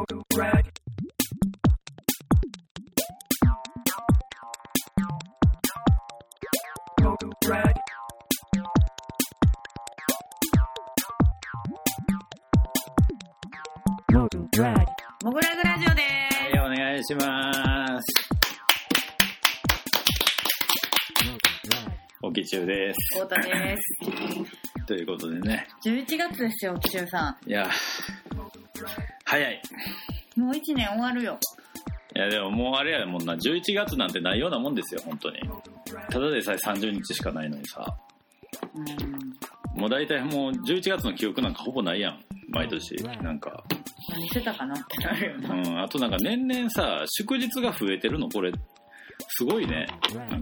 モグラグラジオです。 はい、お願いします。おきちゅうです。 太田です。 ということでね。 11月ですよ、おきちゅうさいや、早い。 ん。もう1年終わるよ。 いやでももうあれやもんな、11月なんてないようなもんですよ、本当に。ただでさえ30日しかないのにさ。もう大体もう11月の記憶なんかほぼないやん、毎年。なんか。 何してたかなってなるよな。 あとなんか年々さ、祝日が増えてるの、これ、すごいね。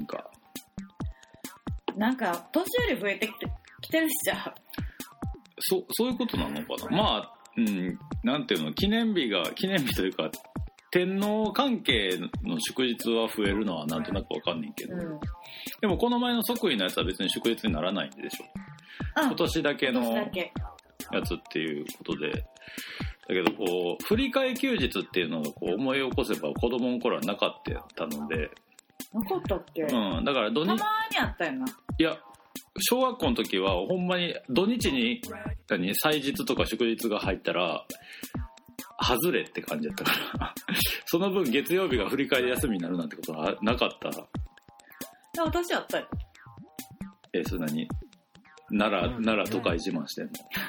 なんか、年より増えてきてるしじゃん。 そういうことなのかな。まあ、なんていうの、記念日というか、天皇関係の祝日は増えるのはなんとなくわかんねんけど、でもこの前の即位のやつは別に祝日にならないんでしょ。今年だけのやつっていうことで、だけどこう振り替え休日っていうのがこう思い起こせば子供の頃はなかったので。 なかったっけ？ だからたまにあったよな。 いや、小学校の時はほんまに土日に祭日とか祝日が入ったら外れって感じだったからその分月曜日が振り替えで休みになるなんてことはなかった。 私あったよ。 それ何？奈良都会自慢してんの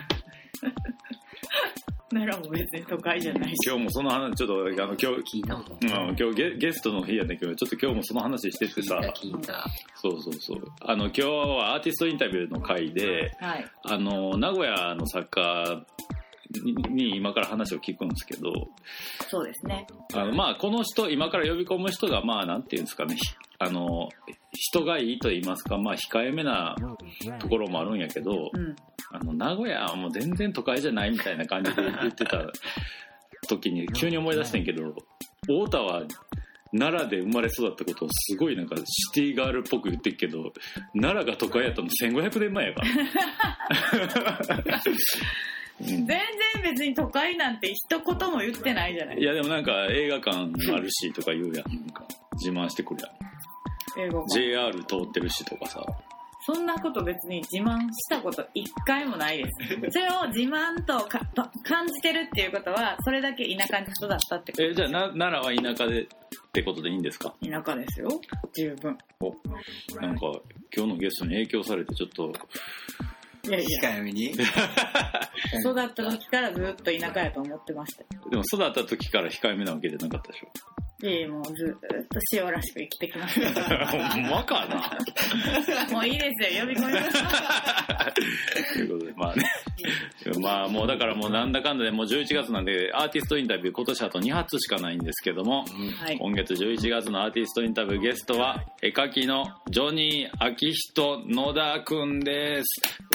奈良も別に都会じゃないし。 今日もその話ちょっと今日聞いたもん。今日ゲストの日やねんけど、ちょっと今日もその話しててさ。 聞いた。 そう今日はアーティストインタビューの回で、 はい、 名古屋の作家に今から話を聞くんですけど、 そうですね。 まあこの人今から呼び込む人がまあなんていうんですかね、人がいいと言いますか、まあ控えめなところもあるんやけど、名古屋はもう全然都会じゃないみたいな感じで言ってた時に急に思い出してんけど、太田は奈良で生まれ育ったことをすごいなんかシティガールっぽく言ってるけど、奈良が都会やったの1500年前やから全然別に都会なんて一言も言ってないじゃない。 いやでもなんか映画館あるしとか言うやん、なんか自慢してくるやん。 映画館 JR 通ってるしとかさ。 そんなこと別に自慢したこと一回もないです。それを自慢と感じてるっていうことはそれだけ田舎に育ったってこと。 じゃあ奈良は田舎でってことでいいんですか？ 田舎ですよ、十分。 なんか今日のゲストに影響されてちょっといや控えめに育った時からずっと田舎やと思ってました。 でも育った時から控えめなわけじゃなかったでしょ。 もうずっと塩らしく生きてきましたほんまかなもういいですよ、呼び込みますということでまあねまあもうだからもうなんだかんだでもう11月なんでアーティストインタビュー今年あと2発しかないんですけども、今月11月のアーティストインタビューゲストは絵描きのジョニー昭仁野田くんです。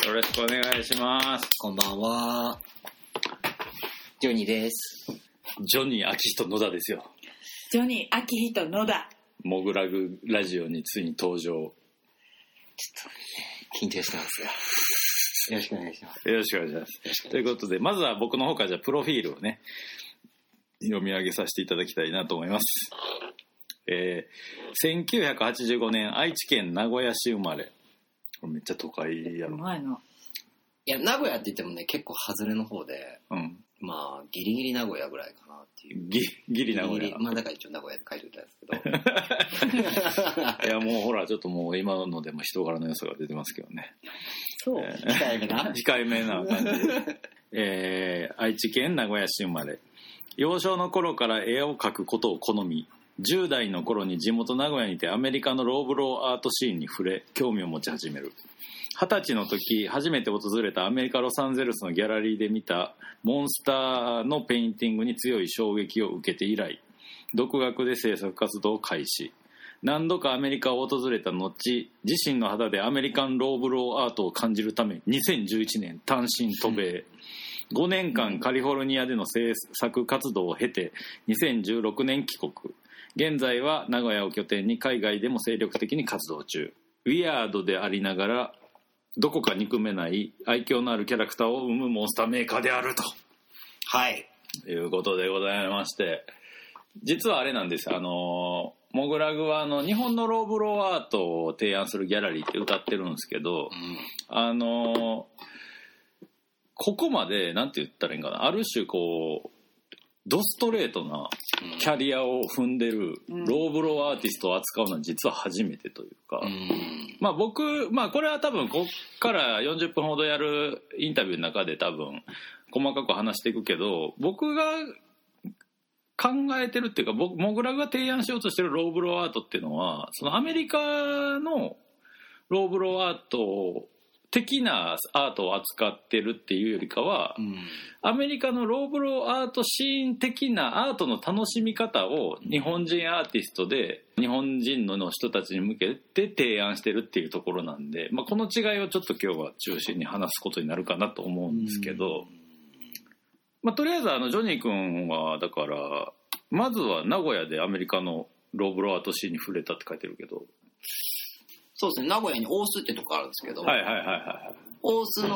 よろしくお願いします。 こんばんは、ジョニーです。 ジョニー昭仁野田ですよ。 ジョニー昭仁野田、 モグラグラジオについに登場。ちょっと緊張してますがよろしくお願いします。 よろしくお願いします。ということでまずは僕の方からじゃあプロフィールをね読み上げさせていただきたいなと思います。1985年愛知県名古屋市生まれ。これめっちゃ都会やろ。 いや名古屋って言ってもね結構外れの方で、まあギリギリ名古屋ぐらいかなっていう。 ギリ名古屋。 まあだから一応名古屋で書いておいたんですけど。 いやもうほらちょっともう今のでも人柄の良さが出てますけどね。 そう。 控えめな感じで。愛知県名古屋市生まれ。幼少の頃から絵を描くことを好み、10代の頃に地元名古屋にてアメリカのローブローアートシーンに触れ興味を持ち始める。20歳の時初めて訪れたアメリカロサンゼルスのギャラリーで見たモンスターのペインティングに強い衝撃を受けて以来独学で制作活動を開始。何度かアメリカを訪れた後自身の肌でアメリカンローブローアートを感じるため2011年単身渡米、5年間カリフォルニアでの制作活動を経て2016年帰国。現在は名古屋を拠点に海外でも精力的に活動中。ウィアードでありながらどこか憎めない愛嬌のあるキャラクターを生むモンスターメーカーであると。 はい。 いうことでございまして、実はあれなんです。モグラグは日本のローブローアートを提案するギャラリーって歌ってるんですけど、ここまでなんて言ったらいいんかな、ある種こうドストレートなキャリアを踏んでるローブローアーティストを扱うのは実は初めてというか、まあ僕、まあこれは多分こっから40分ほどやるインタビューの中で多分細かく話していくけど、僕が考えてるっていうか、モグラが提案しようとしてるローブローアートっていうのは、そのアメリカのローブローアート的なアートを扱ってるっていうよりかは、アメリカのローブローアートシーン的なアートの楽しみ方を日本人アーティストで日本人の人たちに向けて提案してるっていうところなんで、まあ、この違いをちょっと今日は中心に話すことになるかなと思うんですけど、まあ、とりあえずジョニー君はだからまずは名古屋でアメリカのローブローアートシーンに触れたって書いてるけど、 そうですね、名古屋に大須ってとこあるんですけど、 はいはいはいはい、 大須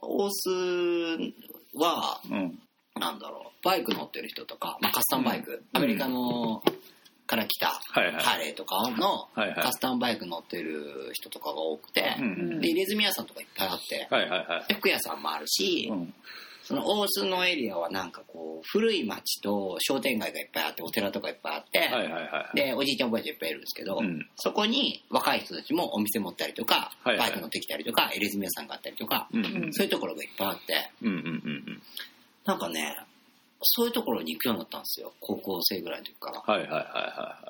は、なんだろう、バイク乗ってる人とか、まあ、カスタムバイク、アメリカのから来たハーレーとかのカスタムバイク乗ってる人とかが多くて、で入れ墨屋さんとかいっぱいあって、で服屋さんもあるし、その大須のエリアはなんかこう古い町と商店街がいっぱいあって、お寺とかいっぱいあって、でおじいちゃんおばあちゃんいっぱいいるんですけど、そこに若い人たちもお店持ったりとか、バイク乗ってきたりとか、入れ墨屋さんがあったりとか、そういうところがいっぱいあって、なんかね、そういうところに行くようになったんですよ、高校生ぐらいの時から。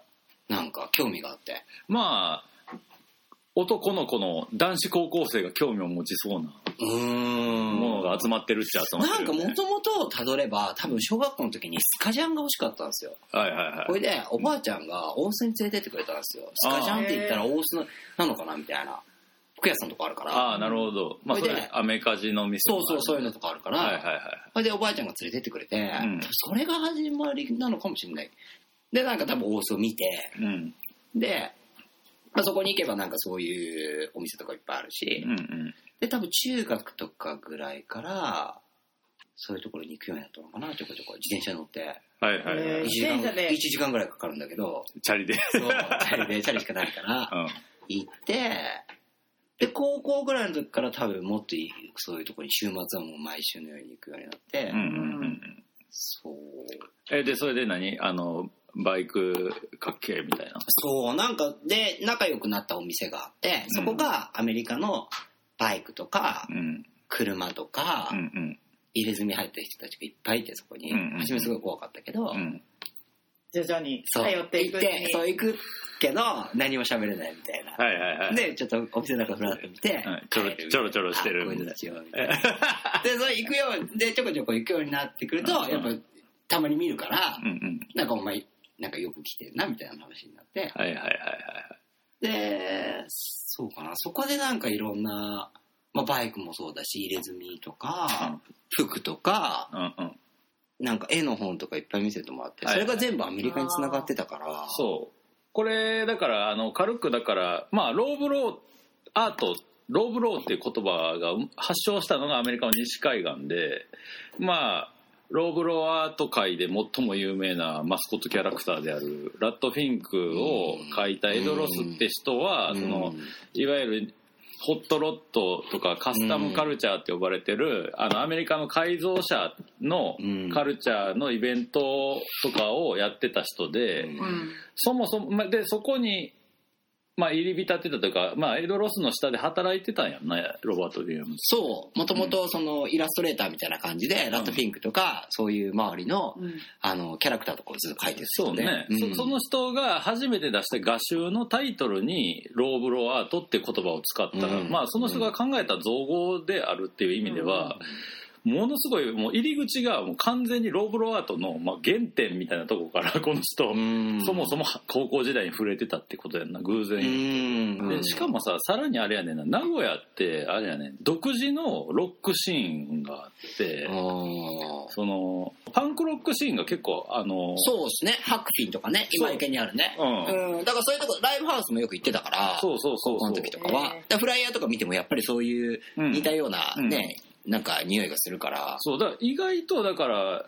なんか興味があって、まあ男の子の男子高校生が興味を持ちそうなものが集まってるっちゃ集まってる、ね、 なんかもともとたどれば多分小学校の時にスカジャンが欲しかったんですよ。これでおばあちゃんが大須に連れてってくれたんですよ。スカジャンって言ったら大須なのかなみたいな、服屋さんとかあるから。 なるほど。まあそれアメカジの店、 そういうのとかあるから、それでおばあちゃんが連れてってくれて、それが始まりなのかもしれない。でなんか多分大須を見て、でまあ、そこに行けばなんかそういうお店とかいっぱいあるし、で多分中学とかぐらいからそういうところに行くようになったのかな、ちょこちょこ自転車乗って、1時間ぐらいかかるんだけど、 チャリでチャリしかないから、行って、で高校ぐらいの時から多分もっとそういうところに週末はもう毎週のように行くようになって、 そうでそれでバイクかっけーみたいな。 そう、なんかで仲良くなったお店があって、そこがアメリカのバイクとか、車とか、入れ墨入った人たちがいっぱいいて、そこに、初めすごい怖かったけど、 徐々に通っていくそう行くけど何も喋れないみたいな、でちょっとお店の中フラッと見て、 ちょろちょろしてるこういうのたちよみたいなでそれ行くようでちょこちょこ行くようになってくると、やっぱたまに見るから、なんかお前なんかよく来てるなみたいな話になって、でそうかな、そこでなんかいろんな、まあ、バイクもそうだし入れ墨とか、服とか、なんか絵の本とかいっぱい見せてもらって、それが全部アメリカに繋がってたから、 そうこれだから軽くだからまあローブローアート、ローブローっていう言葉が発祥したのがアメリカの西海岸で、まあローブローアート界で最も有名なマスコットキャラクターであるラット・フィンクを描いたエド・ロスって人は、そのいわゆるホットロットとかカスタムカルチャーって呼ばれてるアメリカの改造車のカルチャーのイベントとかをやってた人で、そもそもでそこにまあ入り浸ってたというか、まあエド・ロスの下で働いてたんやんな、ロバート・ウィリアムズ。 そう、もともとそのイラストレーターみたいな感じで、ラット・フィンクとかそういう周りの、キャラクターとかをずっと描いてる人で、 そうね、その人が初めて出した画集のタイトルにローブローアートっていう言葉を使ったら、まあその人が考えた造語であるっていう意味では、ものすごいもう入り口がもう完全にローブローアートのまあ原点みたいなとこからこの人そもそも高校時代に触れてたってことやんな、偶然。でしかもさらにあれやねんな、名古屋ってあれやねん、独自のロックシーンがあって、そのパンクロックシーンが結構そうですね、ハックフィンとかね、今池にあるね、だからそういうとこライブハウスもよく行ってたから、高校の時とかはフライヤーとか見てもやっぱりそういう似たようなね、なんか匂いがするから。 そうだから意外とだから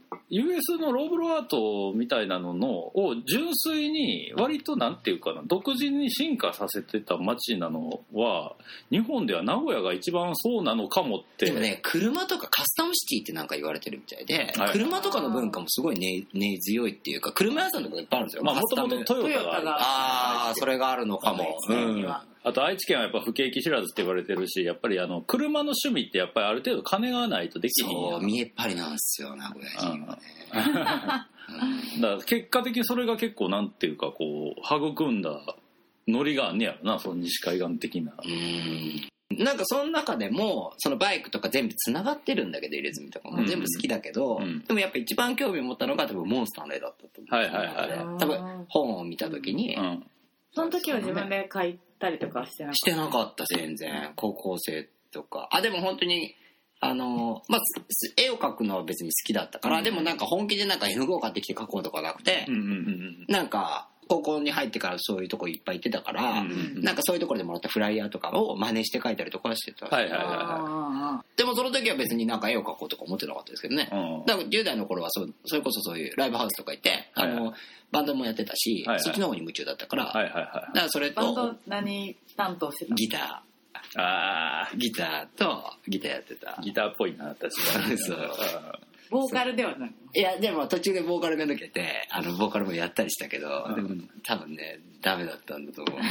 US のローブロアートみたいなのを純粋に割となんていうかな、独自に進化させてた街なのは日本では名古屋が一番そうなのかもって。 でもね、車とかカスタムシティってなんか言われてるみたいで、はい、車とかの文化もすごい根強いっていうか、車屋さんとかいっぱいあるんですよ。 まあもともとトヨタがああ、それがあるのかも。 あと愛知県はやっぱ不景気知らずって言われてるし、やっぱり車の趣味ってやっぱりある程度金がないとできひんやん。 そう、見えっ張りなんですよ、名古屋人はね。 だから結果的にそれが結構なんていうかこう育んだノリがあんねやろな、その西海岸的な。 なんかその中でもそのバイクとか全部つながってるんだけど、入れ墨とかも全部好きだけど、でもやっぱ一番興味を持ったのが多分モンスターの絵だったと思う。 はいはいはい。 多分本を見た時に、 その時は自分で描いたりとかしてなかった。 全然。高校生とか。でも本当にまあ、絵を描くのは別に好きだったから、でもなんか本気でなんか絵の具を買ってきて描こうとかなくて、なんか高校に入ってからそういうとこいっぱい行ってたから、なんかそういうところでもらったフライヤーとかを真似して描いたりとかしてた。でもその時は別になんか絵を描こうとか思ってなかったですけどね。だから10代の頃はそれこそそういうライブハウスとか行って、バンドもやってたし、そっちの方に夢中だったから、だからそれと。 バンド何担当してたの？ ギター。ギターやってた。 ギターっぽいな、確かに。そう。 ボーカルではない。 いや、でも途中でボーカルが抜けて、ボーカルもやったりしたけど、でも多分ね、ダメだったんだと思う。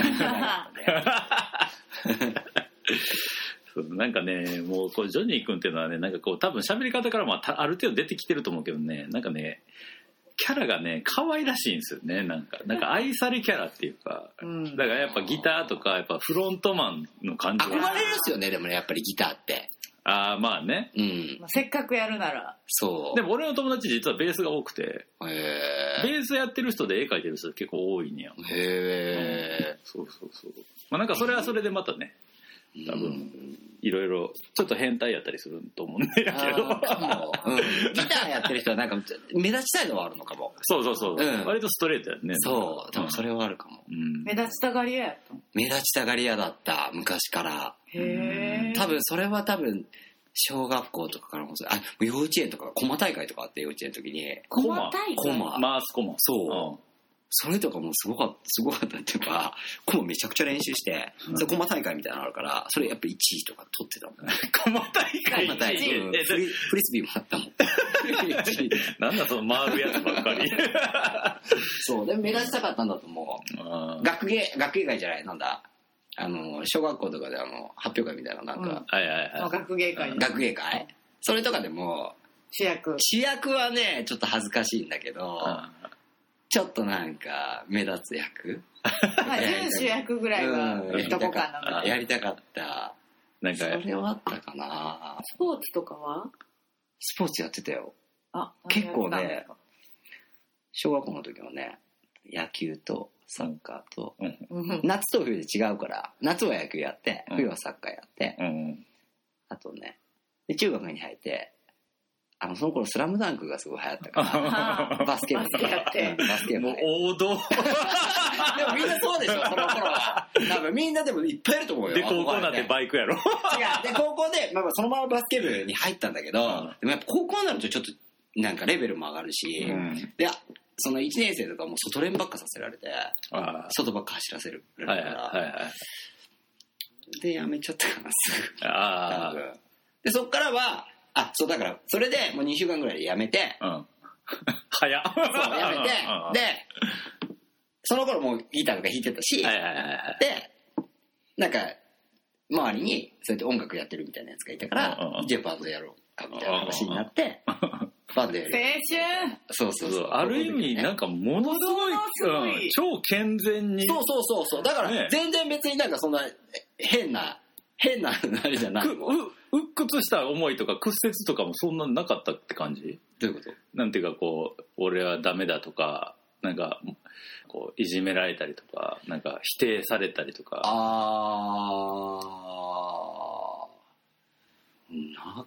そうなんかね、もうこうジョニー君っていうのはね、なんかこう多分喋り方からもある程度出てきてると思うけどね、なんかね、キャラがね可愛らしいんですよね。なんか愛されキャラっていうか、だからやっぱギターとかやっぱフロントマンの感じ憧れですよね。でもね、やっぱりギターってまあね、 せっかくやるなら。 そう。 でも俺の友達実はベースが多くて、ベースやってる人で絵描いてる人結構多いんや。そう。まあなんかそれはそれでまたね、多分いろいろちょっと変態やったりすると思うんだけど、ギターやってる人はなんか目立ちたいのはあるのかも。 そう、割とストレートやね。 そう、多分それはあるかも。 目立ちたがり屋やった。 目立ちたがり屋だった、昔から。多分それは小学校とかからも幼稚園とかコマ大会とかあって、幼稚園の時にコマ大会、 回すコマ。 そう、それとかもすごかったっていうか、コマめちゃくちゃ練習して、コマ大会みたいなのあるから、それやっぱ1位とか取ってたもんね。 コマ大会フリスビーもあったもん。 なんだその回るやつばっかり。 そう、でも目立ちたかったんだと思う。学芸会じゃない、なんだ、小学校とかで発表会みたいな、なんか、 学芸会それとかでも主役はねちょっと恥ずかしいんだけど、ちょっとなんか目立つ役、 準主役ぐらいはどこかな、 やりたかった。なんかそれはあったかな。 スポーツとかは？ スポーツやってたよ。結構ね、小学校の時はね、野球とサッカーと、夏と冬で違うから、夏は野球やって、冬はサッカーやって、あとね、で中学に入って、その頃スラムダンクがすごい流行ったからバスケ部やってバスケ部もう王道。 でもみんなそうでしょ、その頃は。多分みんなでもいっぱいいると思うよ。 で高校なんてバイクやろ。違う、で高校で、そのままバスケ部に入ったんだけど、でもやっぱ高校になるとちょっとなんかレベルも上がるし、でその1年生とかも外練ばっかさせられて、外ばっか走らせるから、でやめちゃったかな、すぐ。多分でそっからはそうだから、それでもう2週間ぐらいでやめて、 早っ。 そう、やめて、で、その頃もうギターとか弾いてたし、で、なんか、周りにそうやって音楽やってるみたいなやつがいたから、じゃあバンドやろうかみたいな話になって、バンドやる。 青春。 そう。 ある意味、なんかものすごい、超健全に。 そう。だから、全然別になんかそんな変なあれじゃない。 鬱屈した思いとか屈折とかもそんななかったって感じ？ どういうこと？ なんていうかこう、俺はダメだとか、なんかこういじめられたりとか、なんか否定されたりとか。 なか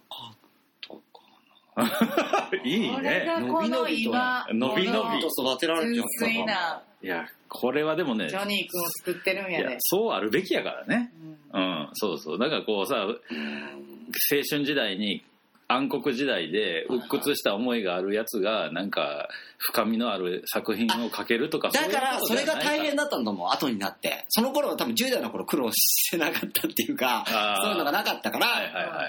ったかな。 いいね。 のびのびと育てられちゃったかな。 いや、これはでもね、 ジョニー君を作ってるんやで。 そうあるべきやからね。そう。だからこうさ、青春時代に暗黒時代で鬱屈した思いがあるやつがなんか深みのある作品を書けるとか、 だからそれが大変だったんだもん、後になって。その頃は多分10代の頃苦労してなかったっていうか、そういうのがなかったから、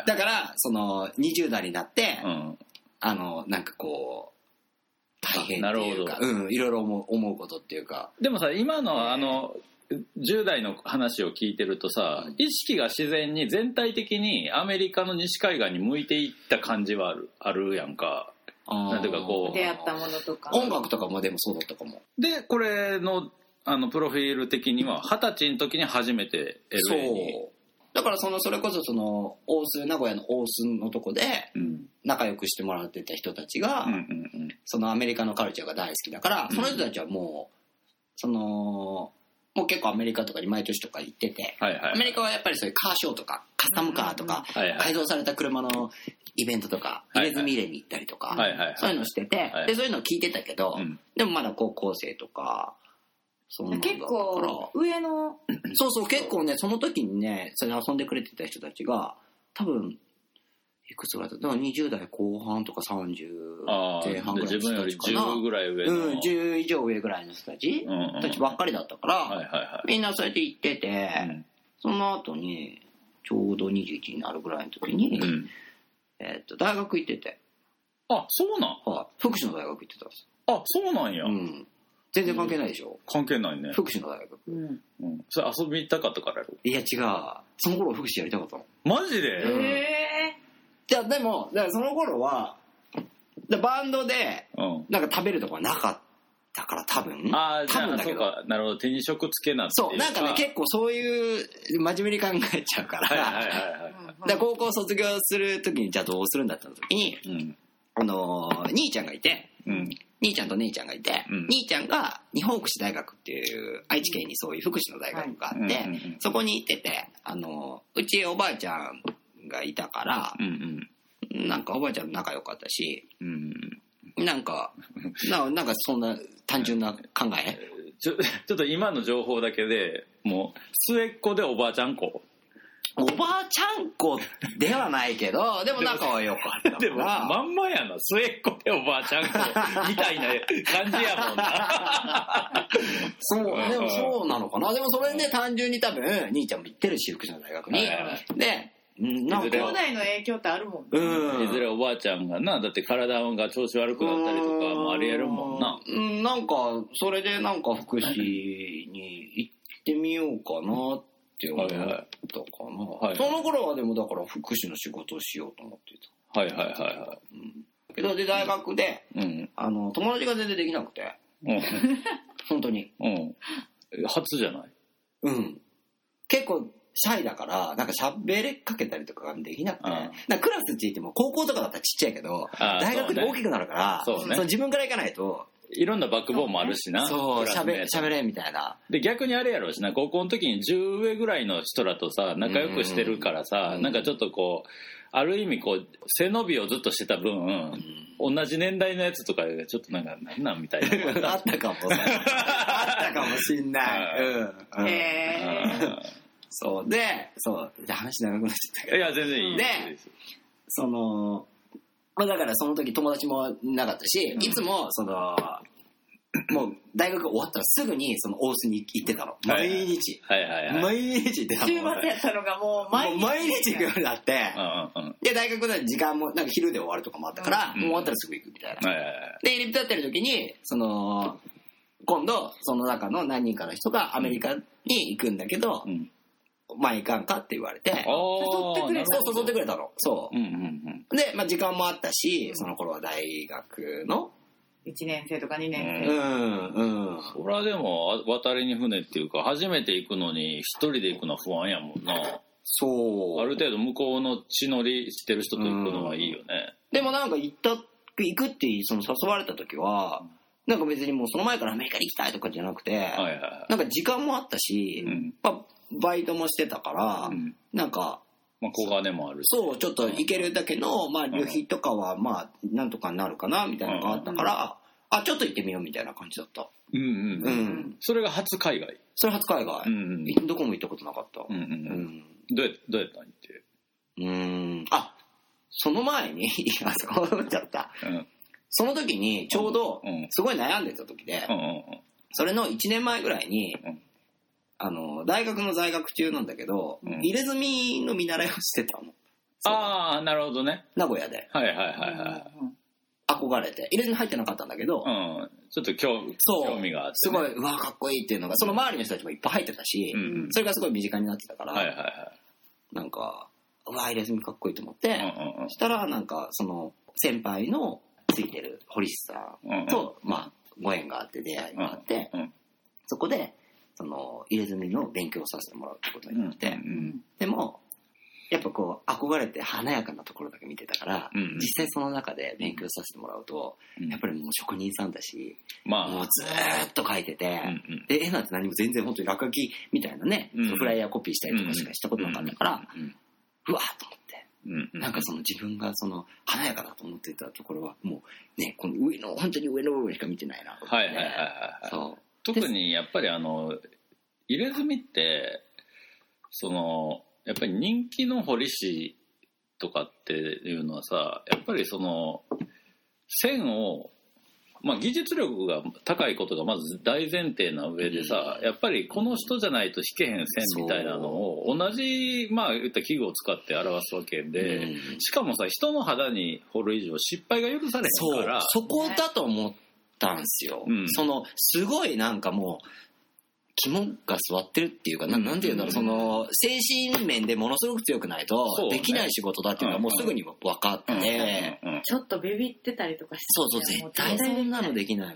だからその20代になって、なんかこう大変っていうか、いろいろ思うことっていうか。 でもさ、今の10代の話を聞いてるとさ、意識が自然に全体的にアメリカの西海岸に向いていった感じはあるやんか。なんていうかこう出会ったものとか音楽とかもでもそうだったかも。 でこれのプロフィール的には20歳の時に初めて LA に。 そうだからそれこそ名古屋の大須のとこで仲良くしてもらってた人たちが、そのアメリカのカルチャーが大好きだから、その人たちはもう結構アメリカとかに毎年とか行ってて、アメリカはやっぱりそういうカーショーとかカスタムカーとか、改造された車のイベントとか入れ墨入れに行ったりとか、そういうのしてて、でそういうのを聞いてたけど、でもまだ高校生とか結構上のそう結構ね、その時にねそれ遊んでくれてた人たちが多分いくつぐらいだった20代後半とか30前半ぐらいの人たちかな。自分より10ぐらい上の10以上上ぐらいの人たちばっかりだったから、みんなそうやって行ってて、その後にちょうど21になるぐらいの時に、大学行ってて。 あ、そうなん？ 福祉の大学行ってたんです。 あ、そうなんや。 全然関係ないでしょ。 関係ないね。 福祉の大学。 それ遊びたかったからやろ。 いや違う。その頃福祉やりたかったの。 マジで？ じゃあでもだからその頃はバンドでなんか食べるとこはなかったから多分だけど、 なるほど、手に職つけなっていうか。 そうなんかね、結構そういう真面目に考えちゃうから、高校卒業する時にじゃあどうするんだった時に、兄ちゃんがいて、兄ちゃんと姉ちゃんがいて、兄ちゃんが日本福祉大学っていう愛知県にそういう福祉の大学があって、そこに行ってて、うちおばあちゃんがいたから、なんかおばあちゃん仲良かったし、なんかそんな単純な考えちょっと今の情報だけでもう末っ子でおばあちゃん子。 おばあちゃん子ではないけど、でも仲は良かったから。 でもまんまやな、末っ子でおばあちゃん子みたいな感じやもんな。 でもそうなのかな。でもそれで単純に多分兄ちゃんも行ってるし、福祉の大学に。でなんか兄弟の影響ってあるもんね。 いずれおばあちゃんがな、だって体が調子悪くなったりとかもありえるもんな。 なんかそれでなんか福祉に行ってみようかなって思ったかな。その頃はでもだから福祉の仕事をしようと思ってた。けどで大学で友達が全然できなくて、本当に初じゃない？ 結構シャイだからなんか喋りかけたりとかができなくて、なんかクラスって言っても高校とかだったらちっちゃいけど大学で大きくなるから、その自分から行かないといろんなバックボーンもあるしな。 そう喋れみたいな。 で逆にあれやろうしな、高校の時に10上ぐらいの人らとさ仲良くしてるからさ、なんかちょっとこうある意味こう背伸びをずっとしてた分、同じ年代のやつとかちょっとなんかなんみたいなあったかもあったかもしんない。そうで話長くなっちゃったけど。 いや全然いい。 でだからその時友達もなかったし、いつももう大学終わったらすぐに大須に行ってたの。毎日毎日行ってたの。 週末やったのがもう毎日行くようになって、で大学の時間もなんか昼で終わるとかもあったから、もう終わったらすぐ行くみたいな。で入り浸ってる時に今度その中の何人かの人がアメリカに行くんだけど、前行かんかって言われて、誘ってくれたの。で、時間もあったし、その頃は大学の 1年生とか2年生。 それはでも渡りに船っていうか初めて行くのに一人で行くのは不安やもんな。 そう。 ある程度向こうの地乗りしてる人と行くのはいいよね。 でもなんか行くって誘われた時は、なんか別にもうその前からアメリカに行きたいとかじゃなくて、なんか時間もあったし、バイトもしてたから、なんか小金もあるし、 そうちょっと行けるだけの旅費とかはなんとかなるかなみたいなのがあったから、ちょっと行ってみようみたいな感じだった。 それが初海外？ それ初海外。どこも行ったことなかった。 どうやったんって。 その前にそう思っちゃった、その時にちょうどすごい悩んでた時で、それの1年前ぐらいに、大学の在学中なんだけど、入れ墨の見習いをしてたの。 ああ、なるほどね。 名古屋で。 はいはいはいはい。 憧れて。入れ墨入ってなかったんだけど、 ちょっと興味があって、 すごい、うわ、かっこいいっていうのが、その周りの人たちもいっぱい入ってたし、それがすごい身近になってたから、なんか、うわ、入れ墨かっこいいと思って、そしたら、なんか、その、先輩のついてる堀市さんと、まあ、ご縁があって、出会いがあって、そこで、その入れ墨の勉強をさせてもらうってことになって、でもやっぱこう憧れて華やかなところだけ見てたから、実際その中で勉強させてもらうと、やっぱりもう職人さんだし、もうずーっと描いてて、で絵なんて何も全然本当に落書きみたいなね、フライヤーコピーしたりとかしかしたことなかったから、うわーと思って、なんかその自分がその華やかだと思っていたところはもうね、この上の本当に上の部分しか見てないなと思って、そう特にやっぱり入れ墨ってやっぱり人気の彫り師とかっていうのはさ、やっぱりその線を、技術力が高いことがまず大前提な上でさ、やっぱりこの人じゃないと引けへん線みたいなのを同じ言った器具を使って表すわけで、しかもさ人の肌に彫る以上失敗が許されへんから、 そこだと思ったんですよ、そのすごいなんかもう肝が据わってるっていうか、なんていうんだろう、その精神面でものすごく強くないとできない仕事だっていうのはもうすぐに分かって、 ちょっとビビってたりとかして、 そう絶対そんなのできない、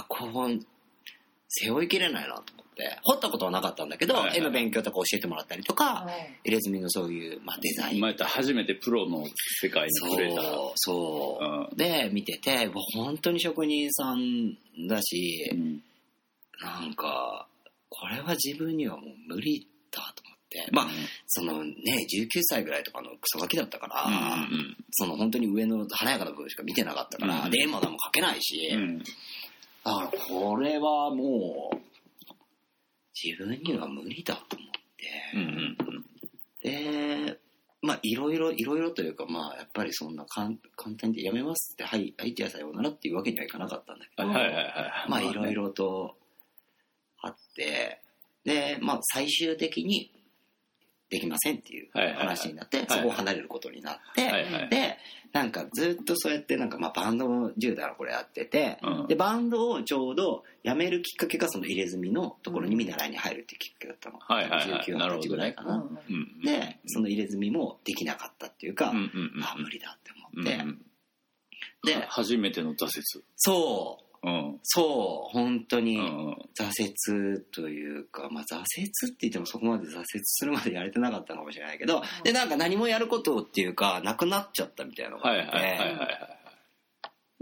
背負いきれないなと思って彫ったことはなかったんだけど、絵の勉強とか教えてもらったりとか、入れ墨のそういう、デザイン、 初めてプロの世界に触れたで見てて、本当に職人さんだし、なんかこれは自分にはもう無理だと思って、そのね19歳ぐらいとかのクソガキだったから、その本当に上の華やかな部分しか見てなかったから、で絵も描けないし、だからこれはもう自分には無理だと思って、でいろいろというか、やっぱりそんな簡単にやめますって、はいじゃあさようならっていうわけにはいかなかったんだけど、いろいろとあって、で最終的にできませんっていう話になって、そこを離れることになって、でなんかずっとそうやってなんかバンドも10代の頃やってて、でバンドをちょうど辞めるきっかけがその入れ墨のところに見習いに入るっていうきっかけだったの、19、20ぐらいかな、でその入れ墨もできなかったっていうか、無理だって思って、 で初めての挫折、 そう本当に挫折というか、挫折って言ってもそこまで挫折するまでやれてなかったかもしれないけど、でなんか何もやることっていうかなくなっちゃったみたいなのがあって、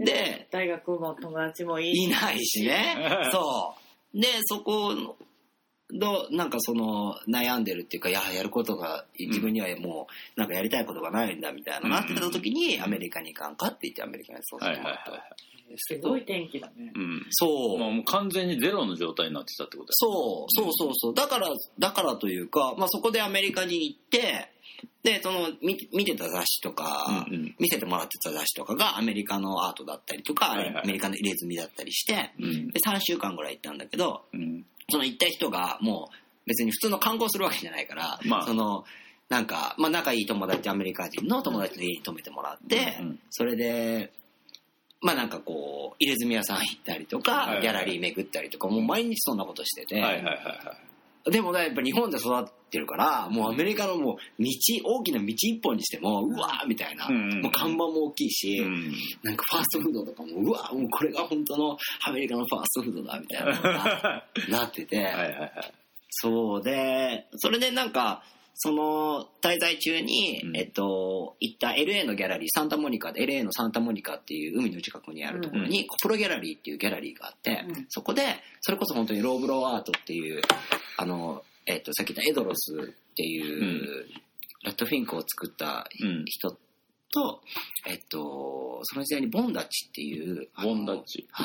で大学も友達もいないしねそうでそこのなんかその悩んでるっていうか、やることが自分にはもうなんかやりたいことがないんだみたいななってた時に、アメリカに行かんかって言ってアメリカにそうしてもらった。 すごい天気だね。 そう。 もう完全にゼロの状態になってたってことそう。だからというか、そこでアメリカに行って、でその見てた雑誌とか、見せてもらってた雑誌とかがアメリカのアートだったりとか、アメリカの入れ墨だったりして、で3週間ぐらい行ったんだけど、その行った人がもう別に普通の観光するわけじゃないから、そのなんか仲いい友達、アメリカ人の友達の家に泊めてもらって、それでなんかこう入れ墨屋さん行ったりとか、ギャラリー巡ったりとか、もう毎日そんなことしてて、でもやっぱ日本で育ってるから、もうアメリカのもう大きな道一本にしてもうわーみたいな、もう看板も大きいし、なんかファーストフードとかもうわー、もうこれが本当のアメリカのファーストフードだみたいなのがなっててそうで、それでなんかその滞在中に、行った LA のギャラリー、サンタモニカで LA のサンタモニカっていう海の近くにあるところに、コプロギャラリーっていうギャラリーがあって、そこでそれこそ本当にローブローアートっていうさっき言ったエドロスっていうラットフィンクを作った人と、その時代にボンダッチっていう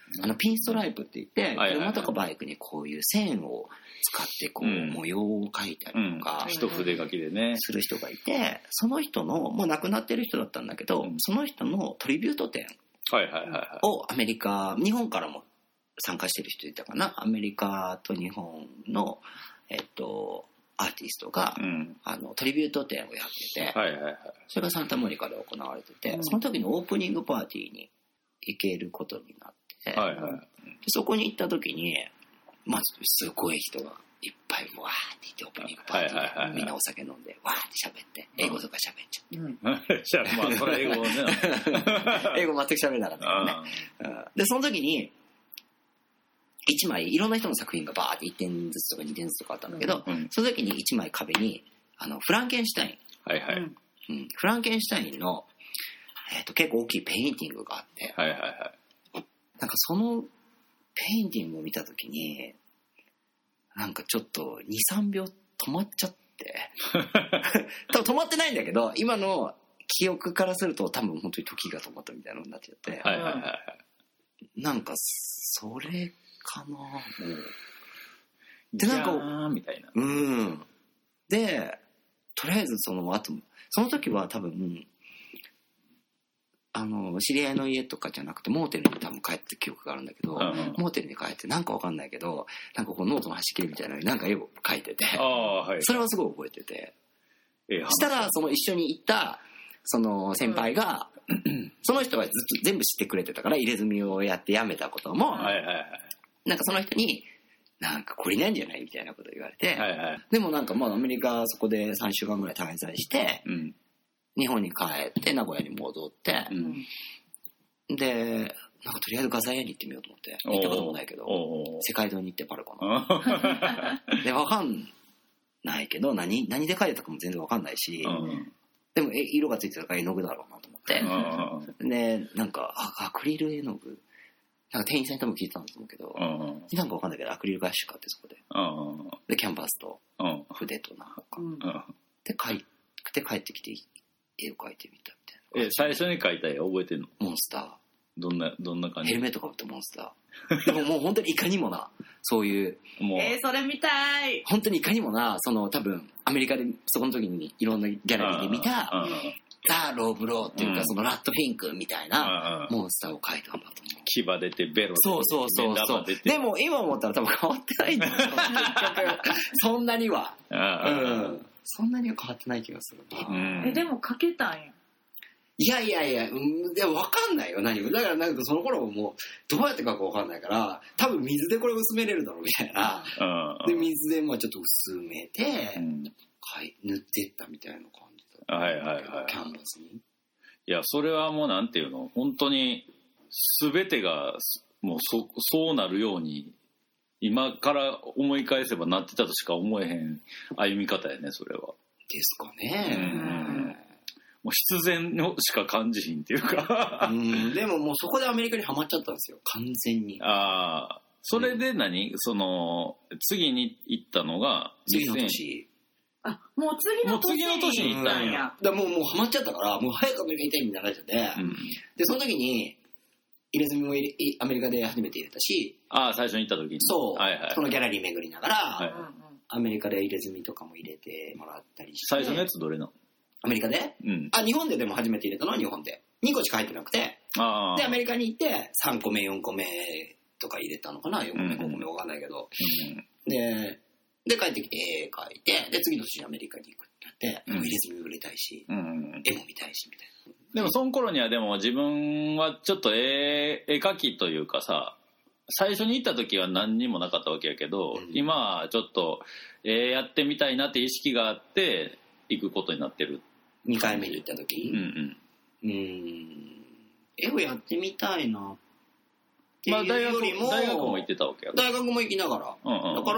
ピンストライプって言って車とかバイクにこういう線を使ってこう模様を描いたりとか、 一筆書きでねする人がいて、その人のもう亡くなってる人だったんだけど、その人のトリビュート展をアメリカ、日本からも参加してる人いたかな、アメリカと日本のアーティストが、トリビュート展をやってて、それがサンタモニカで行われてて、その時のオープニングパーティーに行けることになって、そこに行った時に、まあ、すごい人がいっぱいわーって言ってオープニングパーティーでみんなお酒飲んでわーって喋って英語とか喋っちゃって、 まあそれ英語ね英語全く喋れなかったからね。でその時に1枚いろんな人の作品がバーって1点ずつとか2点ずつとかあったんだけど、その時に1枚壁にフランケンシュタイン、フランケンシュタインの、結構大きいペインティングがあって、なんかそのペインティングを見た時になんかちょっと 2,3 秒止まっちゃって多分止まってないんだけど今の記憶からすると多分本当に時が止まったみたいなのになっちゃって、なんかそれかなもうでなんかみたいな、 でとりあえずその時は多分知り合いの家とかじゃなくてモーテルに多分帰った記憶があるんだけど、モーテルに帰ってなんかわかんないけどなんかこうノートの端切れみたいなのになんか絵を描いてて、それはすごい覚えてて、したらその一緒に行ったその先輩が、その人はずっと全部知ってくれてたから入れ墨をやってやめたことも、なんかその人になんか懲りないんじゃないみたいなこと言われて、でもなんかまあアメリカそこで3週間ぐらい滞在して、日本に帰って名古屋に戻って、でなんかとりあえず画材屋に行ってみようと思って行ったこともないけど世界堂に行ってパルコので分かんないけど何で描いてたかも全然分かんないし、でも色がついてたから絵の具だろうなと思って、でなんかアクリル絵の具なんか店員さんに多分聞いてたんだと思うけど、なんか分かんないけどアクリルガッシュ買ってそこで、でキャンバスと筆となんか、で帰ってきて絵を描いてみたみたいな。 最初に描いた絵覚えてんの？ モンスター。 どんな感じ？ ヘルメットかぶったモンスター。でももう本当にいかにもなそういうそれ見たい。 本当にいかにもなその多分アメリカでそこの時にいろんなギャラリーで見たザ・ローブローっていうか、そのラットピンクみたいなモンスターを描いたんだと思う。 牙出てベロそうでも今思ったら多分変わってないんだよ結局そんなにはそんなには変わってない気がするな。 でも描けたんや。 いやでも分かんないよ何も。だからなんかその頃もうどうやって描くか分かんないから多分水でこれ薄めれるだろうみたいな、で水でまあちょっと薄めて、塗ってったみたいな感じだ、キャンバスに。 いやそれはもうなんていうの本当に全てがもうそうなるように今から思い返せばなってたとしか思えへん歩み方やねそれは。 ですかね。 もう必然のしか感じひんっていうかでももうそこでアメリカにハマっちゃったんですよ完全に。 それでその次に行ったのが次の年。 もう次の年に行ったんや。 だもうハマっちゃったからもう早くアメリカに行きたいみたいになっちゃって、でその時に入れ墨もアメリカで初めて入れたし、 最初に行った時にこのギャラリー巡りながら、アメリカで入れ墨とかも入れてもらったりして。 最初のやつどれなの？ アメリカで、日本ででも初めて入れたのは日本で2個しか入ってなくて、でアメリカに行って3個目4個目とか入れたのかな、4個目5個目分かんないけど、で帰ってきて絵描いて、で次の年にアメリカに行くってなって、入れ墨も売れたいし、絵も見たいしみたいな。 でもその頃にはでも自分はちょっと絵描きというかさ、最初に行った時は何にもなかったわけやけど、今はちょっとやってみたいなって意識があって行くことになってる。 2回目に行った時、絵をやってみたいなっていうよりも、 大学も行ってたわけやろ。 大学も行きながら、だから、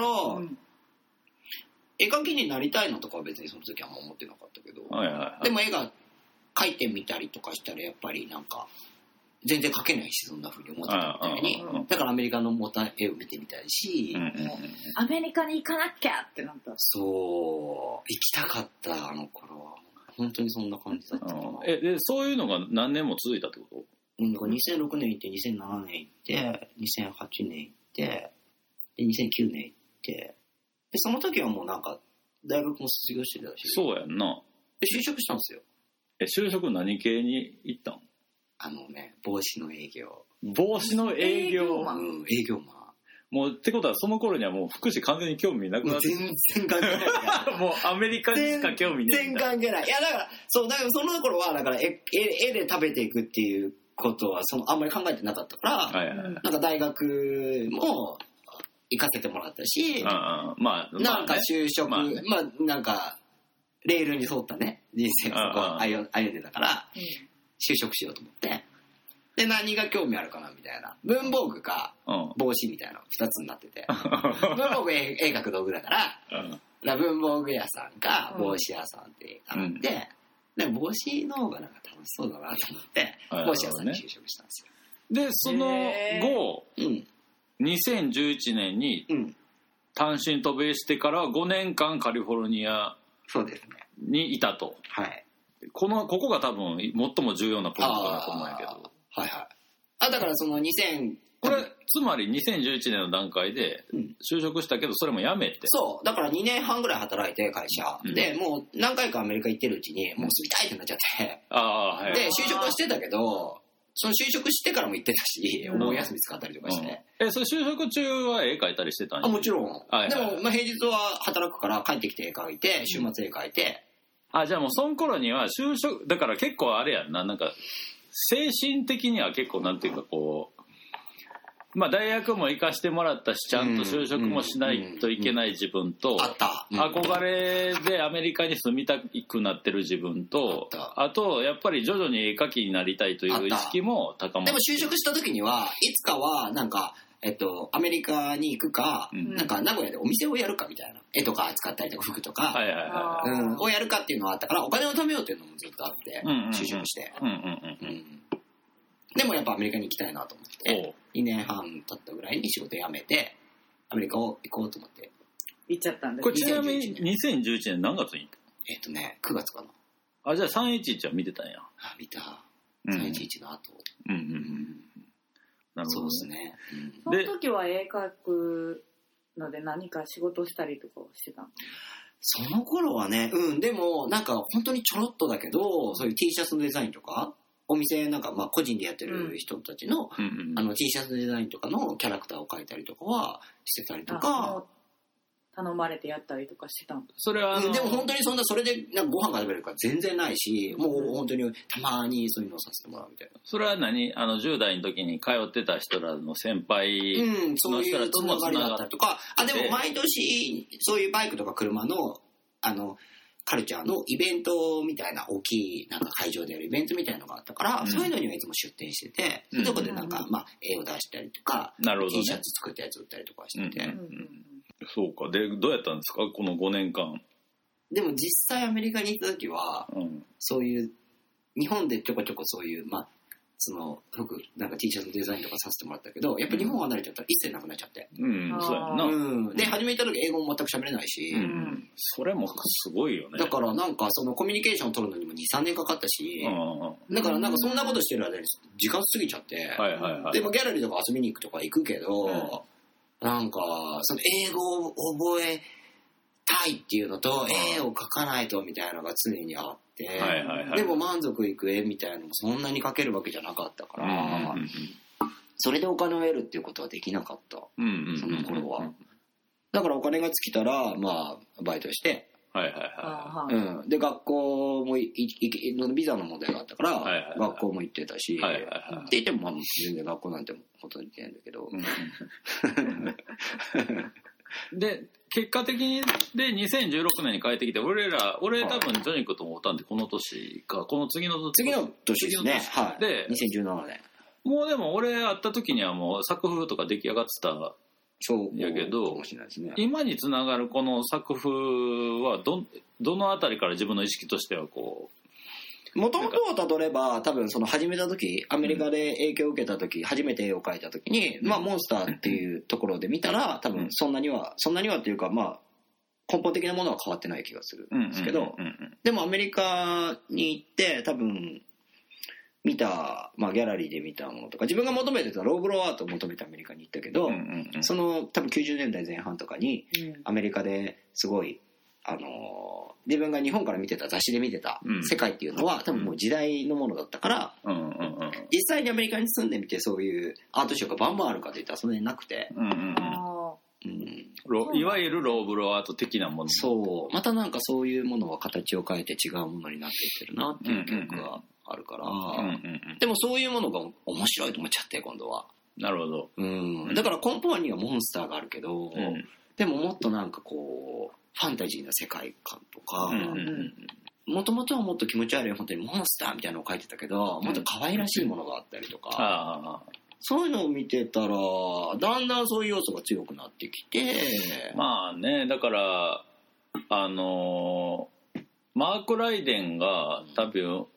絵描きになりたいなとかは別にその時はあんま思ってなかったけど、でも絵が描いてみたりとかしたらやっぱりなんか全然描けないしそんな風に思ってたみたいに、だからアメリカの絵を見てみたいし、 アメリカに行かなきゃってなった。 そう行きたかったあの頃は。本当にそんな感じだったかな。 でそういうのが何年も続いたってこ 2006年行って2007年行って2008年行ってで2009年行ってでその時はもうなんか大学も卒業してたしそうやんなで就職したんですよ。 就職何系に行ったん？ 帽子の営業。 帽子の営業マン。 営業マン。 もうってことはその頃にはもう福祉完全に興味なくなって全然関係ないもうアメリカにしか興味ない。 全然関係ない。いやだからその頃はだから絵で食べていくっていうことはあんまり考えてなかったから、 はいはいはい、 なんか大学も行かせてもらったし、 まあ、 なんか就職、まあなんかレールに沿ったね人生を歩んでたから、就職しようと思って。で何が興味あるかなみたいな文房具か帽子みたいな2つになってて文房具絵描く道具だから、文房具屋さんか帽子屋さんってあって、でも帽子の方がなんか楽しそうだなと思って帽子屋さんに就職したんですよ。 でその後、2011年に単身渡米してから5年間カリフォルニアにいたと。 はい。 ここが多分最も重要なポイントだと思うんやけど。 はいはい。だからそのこれつまり2011年の段階で就職したけどそれも辞めて。 そうだから2年半ぐらい働いて会社、でもう何回かアメリカ行ってるうちにもう住みたいってなっちゃって、 はい、 で就職はしてたけどその就職してからも行ってたし、お盆休み使ったりとかして、 それ就職中は絵描いたりしてたんや？ もちろん、でも、平日は働くから帰ってきて絵描いて週末絵描いて、 じゃあもうその頃には就職だから結構あれやんな、なんか精神的には結構なんていうかこう、まあ大学も行かしてもらったしちゃんと就職もしないといけない自分と、憧れでアメリカに住みたくなってる自分と、あとやっぱり徐々に絵描きになりたいという意識も高まって。 でも就職した時にはいつかはなんかアメリカに行くか、なんか名古屋でお店をやるかみたいな、絵とか扱ったりとか服とか、をやるかっていうのはあったからお金を貯めようっていうのもずっとあって、就職して、でもやっぱアメリカに行きたいなと思って2年半経ったぐらいに仕事辞めてアメリカを行こうと思って行っちゃったんです。 これちなみに2011年何月に行った？ 9月かな。 じゃあ311は見てたんや。 見た。311の後。そうですね。 その時は絵描くので何か仕事したりとかしてたの？ その頃はね、でもなんか本当にちょろっとだけど、そういう T シャツのデザインとか、お店なんかまあ個人でやってる人たちの、T シャツのデザインとかのキャラクターを描いたりとかはしてたりとか。 頼まれてやったりとかしてたの？ それはでも本当にそれでなんかご飯が食べれるから全然ないし、もう本当にたまにそういうのをさせてもらうみたいな。 それは10代の時に通ってた人らの先輩の人らともつながったりとか、でも毎年そういうバイクとか車のカルチャーのイベントみたいな大きいなんか会場でやるイベントみたいなのがあったから、そういうのにはいつも出店してて、そういうとこでなんか絵を出したりとか、T シャツ作ったやつ売ったりとかしてて。 そうか。でどうやったんですかこの5年間？ でも実際アメリカに行った時は、そういう日本でちょこちょこそういうその服なんか T シャツのデザインとかさせてもらったけど、やっぱ日本離れちゃったら一切なくなっちゃって、 そうやな。 で初め行った時英語も全く喋れないし、 それもすごいよね。 だからなんかそのコミュニケーションを取るのにも 2,3 年かかったし、だからなんかそんなことしてる間に時間過ぎちゃって、でギャラリーとか遊びに行くとか行くけど、なんかその英語を覚えたいっていうのと絵を描かないとみたいなのが常にあって、でも満足いく絵みたいなのもそんなに描けるわけじゃなかったから、それでお金を得るっていうことはできなかった、その頃は。だからお金が尽きたらバイトして、で学校もビザの問題があったから、学校も行ってたし、って言っても全然学校なんてほとんど行ってないんだけど、 で結果的にで2016年に帰ってきて俺多分ジョニックともおったんでこの年かこの次の年ですね。で2017年もうでも俺会った時にはもう作風とか出来上がってたやけど、今につながるこの作風はどのあたりから自分の意識としてはこうもともとをたどれば多分その始めた時アメリカで影響を受けた時、初めて絵を描いた時に、モンスターっていうところで見たら多分そんなにはっていうか根本的なものは変わってない気がするんですけど、でもアメリカに行って多分見た、ギャラリーで見たものとか、自分が求めてたローブローアートを求めてアメリカに行ったけど、その多分90年代前半とかにアメリカですごい自分が日本から見てた雑誌で見てた世界っていうのは多分もう時代のものだったから、実際にアメリカに住んでみてそういうアートショーがバンバンあるかといったらそんなになくて、 いわゆるローブローアート的なもの、 そうまたなんかそういうものは形を変えて違うものになっていってるなっていう記憶があるから、でもそういうものが面白いと思っちゃって今度は。 なるほど。 だから根本にはモンスターがあるけど、でももっとなんかこうファンタジーな世界観とか、もともとはもっと気持ち悪い本当にモンスターみたいなのを描いてたけど、もっと可愛らしいものがあったりとか、そういうのを見てたらだんだんそういう要素が強くなってきて、 まあね、だからマーク・ライデンが多分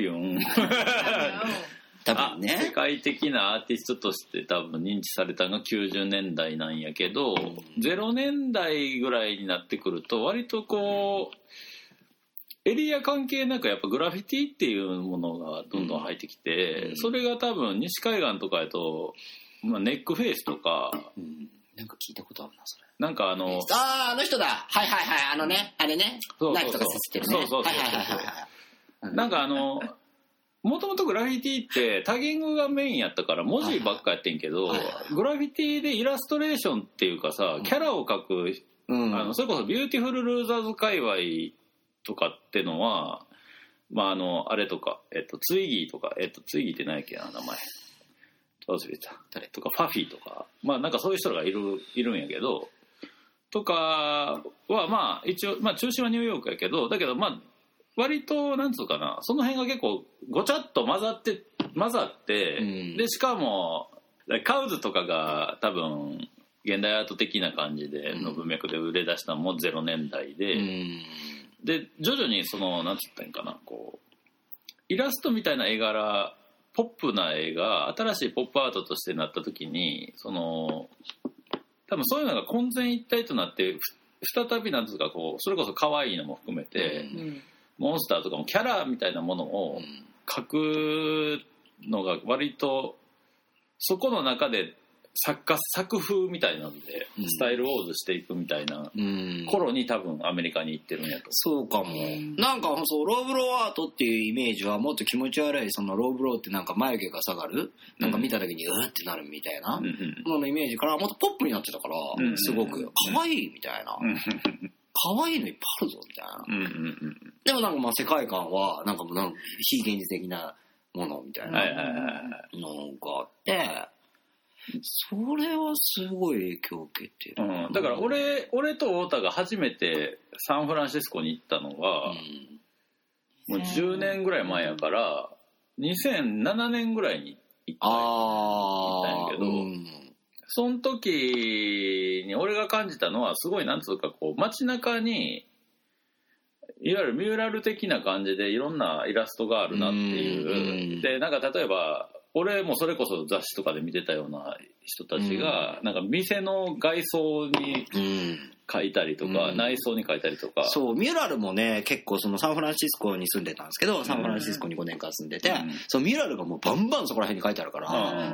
ね、世界的なアーティストとして多分認知されたのが90年代なんやけど、0年代ぐらいになってくると割とこうエリア関係なくやっぱグラフィティっていうものがどんどん入ってきて、それが多分西海岸とかやと、ネックフェイスとか、 なんか聞いたことあるなそれ。 なんかあの人だ、はいあれねナイフとかさせてるね、 なんかもともとグラフィティってタギングがメインやったから文字ばっかやってんけど、グラフィティでイラストレーションっていうかさ、キャラを描く、それこそビューティフルルーザーズ界隈とかってのは、あれとか、ツイギーとか、ツイギーって何やっけな、名前忘れた誰とか、パフィーとか、なんかそういう人がいるんやけどとかは一応、中心はニューヨークやけど、だけど割となんつうかな、その辺が結構ごちゃっと混ざって、でしかもカウズとかが多分現代アート的な感じでの文脈で売れ出したのも0年代で、で徐々にそのなんつったんかな、こうイラストみたいな絵柄、ポップな絵が新しいポップアートとしてなった時に、多分そういうのが混然一体となって再びなんつうか、こうそれこそ可愛いのも含めて、モンスターとかもキャラみたいなものを描くのが割とそこの中で作風みたいなのでスタイルウォーズしていくみたいな頃に多分アメリカに行ってるんやと。 そうかも。なんかそうローブローアートっていうイメージはもっと気持ち悪い、そのローブローってなんか眉毛が下がる、なんか見た時にってなるみたいなのイメージからもっとポップになってたから、すごく可愛いみたいな、可愛いのいっぱいあるぞみたいな。でもなんか世界観はなんかもう非現実的なものみたいなのがあって、それはすごい影響を受けてる、 だから俺と太田が初めてサンフランシスコに行ったのが、もう10年ぐらい前やから2007年ぐらいに行ったんやけど、その時に俺が感じたのはすごいなんつうか、こう街中にいわゆるミューラル的な感じでいろんなイラストがあるなっていう、でなんか例えば俺もそれこそ雑誌とかで見てたような人たちが、なんか店の外装に描いたりとか、内装に描いたりとか。 そう、ミュラルもね、結構そのサンフランシスコに住んでたんですけど、サンフランシスコに5年間住んでて、そのミュラルがもうバンバンそこら辺に書いてあるから、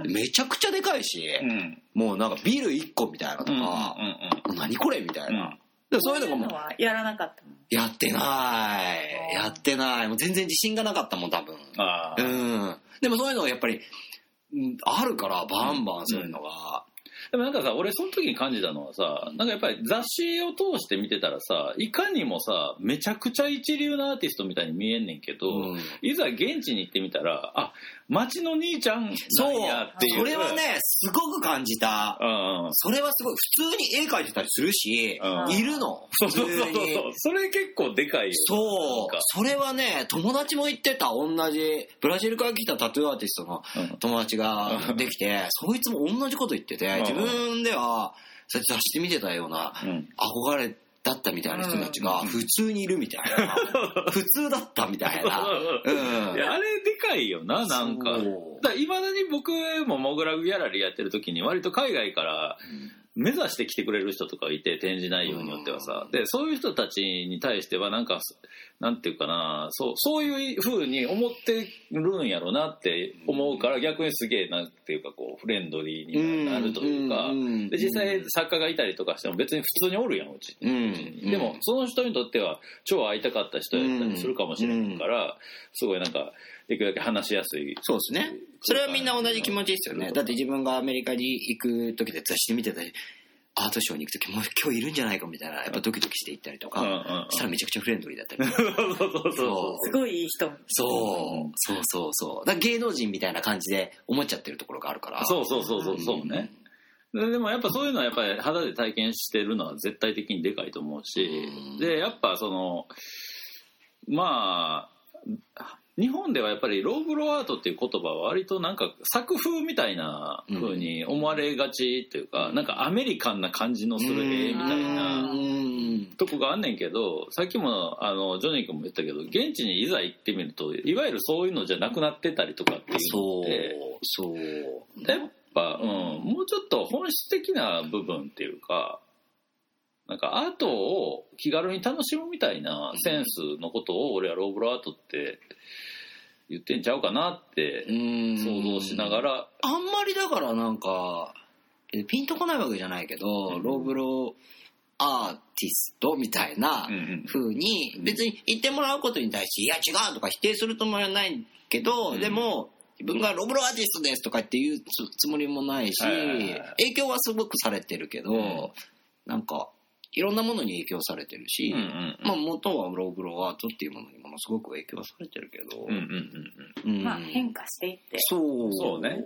めちゃくちゃでかいし、もうなんかビル1個みたいなとか、何これみたいな。 そういうのもやらなかったの？ やってない。もう全然自信がなかったもん、多分。でもそういうのがやっぱり、あるからバンバンそういうのが、 でもなんかさ、俺その時に感じたのはさ、なんかやっぱり雑誌を通して見てたらさ、いかにもさめちゃくちゃ一流のアーティストみたいに見えんねんけど、いざ現地に行ってみたら、あ、町の兄ちゃんなんやっていう。 それはねすごく感じた、それはすごい。普通に絵描いてたりするし、いるの。 そうそれ結構でかいよ。 それはね、友達も言ってた。同じブラジルから来たタトゥーアーティストの友達ができて、そいつも同じこと言ってて、自分ではそうやって雑誌で見てたような憧れだったみたいな人たちが普通にいるみたいな、普通だったみたいな、 いやあれでかいよな。なんかいまだに僕もモグラギャラリーやってる時に割と海外から目指して来てくれる人とかいて、展示内容によってはさ、でそういう人たちに対してはなんていうかな、そういう風に思ってるんやろうなって思うから、逆にすげえなんていうかこうフレンドリーになるというか、で実際作家がいたりとかしても別に普通におるやん、うちに。でもその人にとっては超会いたかった人やったりするかもしれないから、すごいなんかできるだけ話しやすい。 そうですね。それはみんな同じ気持ちですよね。だって自分がアメリカに行く時で雑誌で見てたり、アートショーに行く時もう今日いるんじゃないかみたいな、やっぱドキドキして行ったりとか、そしたらめちゃくちゃフレンドリーだったりそうすごいいい人。 そうだから芸能人みたいな感じで思っちゃってるところがあるから。 そうね。でもやっぱそういうのはやっぱり肌で体験してるのは絶対的にでかいと思うし、でやっぱまあ日本ではやっぱりローブロアートっていう言葉は割となんか作風みたいな風に思われがちっていうか、なんかアメリカンな感じのする絵みたいなとこがあんねんけど、さっきもジョニー君も言ったけど、現地にいざ行ってみるといわゆるそういうのじゃなくなってたりとかっていうのってやっぱ、もうちょっと本質的な部分っていうか、なんかアートを気軽に楽しむみたいなセンスのことを俺はローブロアートって言ってんちゃうかなって想像しながら、 あんまりだからなんかピンとこないわけじゃないけど、ローブロアーティストみたいな風に別に言ってもらうことに対していや違うとか否定するとも言わないけど、でも自分がローブロアーティストですとかって言うつもりもないし、影響はすごくされてるけど、なんかいろんなものに影響されてるし、まあ元はローブロアートっていうものにものすごく影響されてるけど、 まあ変化していって、 そうね、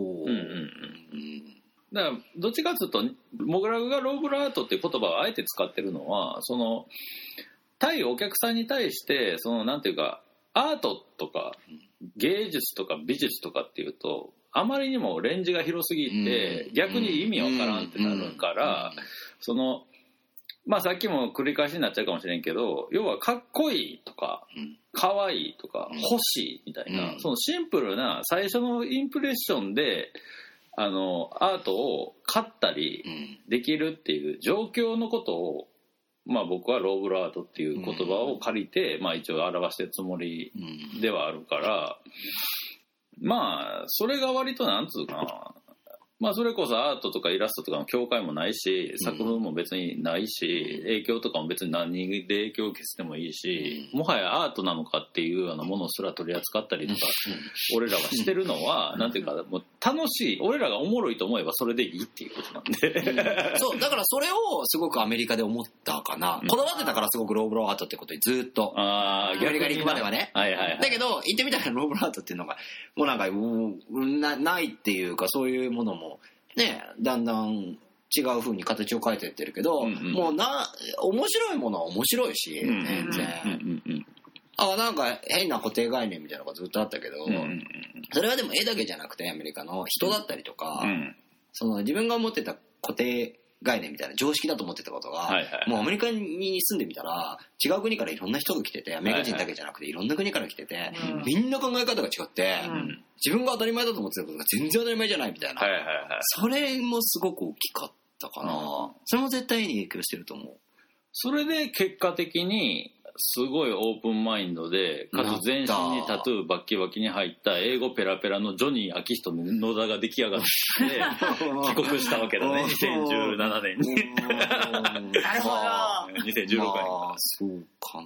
だからどっちかというとモグラグがローブロアートっていう言葉をあえて使ってるのは、対お客さんに対してなんていうかアートとか芸術とか美術とかっていうとあまりにもレンジが広すぎて逆に意味わからんってなるから、まあさっきも繰り返しになっちゃうかもしれんけど、要はかっこいいとかかわいいとか欲しいみたいな、そのシンプルな最初のインプレッションでアートを買ったりできるっていう状況のことを、まあ僕はローブロアートっていう言葉を借りて、まあ一応表してるつもりではあるから、まあそれが割となんつうかな、まあそれこそアートとかイラストとかの境界もないし、作風も別にないし、影響とかも別に何で影響を消してもいいし、もはやアートなのかっていうようなものすら取り扱ったりとか俺らがしてるのはなんていうか、もう楽しい、俺らがおもろいと思えばそれでいいっていうことなんでそうだからそれをすごくアメリカで思ったかな、こだわってたからすごくローブロアートってことにずっとアメリカに行くまではね、だけど行ってみたらローブロアートっていうのがもうなんかないっていうか、そういうものもね、だんだん違う風に形を変えていってるけど、もう面白いものは面白いし、全然なんか変な固定概念みたいなのがずっとあったけど、それはでも絵だけじゃなくてアメリカの人だったりとか、自分が思ってた固定概念みたいな常識だと思ってたことが、もうアメリカに住んでみたら違う国からいろんな人が来てて、アメリカ人だけじゃなくていろんな国から来てて、みんな考え方が違って、自分が当たり前だと思ってたことが全然当たり前じゃないみたいな、それもすごく大きかったかな、それも絶対に影響してると思う。 それで結果的にすごいオープンマインドで、かつ全身にタトゥーバッキバキに入った英語ペラペラのジョニー・アキヒトの野田が出来上がって帰国したわけだね、2017年になるほど、 2016年。 そうか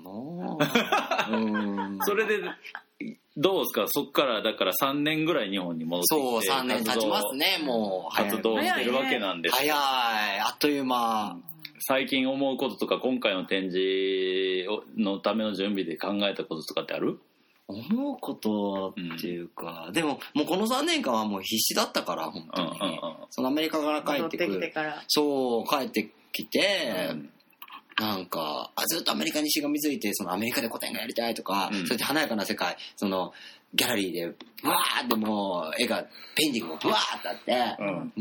なそれでどうですか、そっからだから3年ぐらい日本に戻ってきて、 そう3年経ちますね、もう活動してるわけなんです。 早い、あっという間。 最近思うこととか今回の展示のための準備で考えたこととかってある？ 思うことっていうか、でももうこの3年間はもう必死だったから本当に、そのアメリカから帰ってくる、そう帰ってきて、なんかずっとアメリカにしがみついて、そのアメリカで個展がやりたいとか、そうやって華やかな世界、そのギャラリーでブワーってもう絵がペインティングもブワーってあって、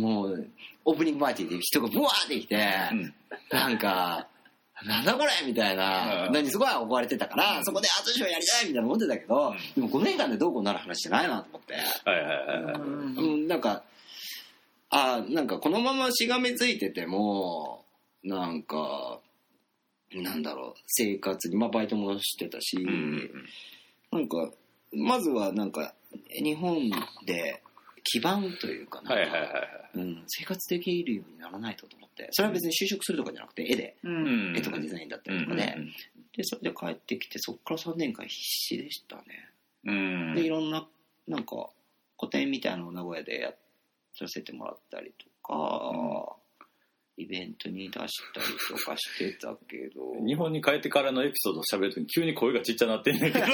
もうオープニングパーティーで人がブワーって来て、なんかなんだこれみたいな、何すごい憧れてたから、そこでアートショーやりたいみたいな思ってたけど、でも5年間でどうこうなる話じゃないなと思って、なんかなんかこのまましがみついててもなんかなんだろう生活にバイトもしてたし、なんかまずはなんか日本で基盤というか生活できるようにならないとと思って、それは別に就職するとかじゃなくて絵とかデザインだったりとかで、それで帰ってきてそこから3年間必死でしたね。でいろんななんか個展みたいなのを名古屋でやらせてもらったりとか、イベントに出したりとかしてたけど、 日本に帰ってからのエピソードを喋るときに急に声がちっちゃなってんねんけど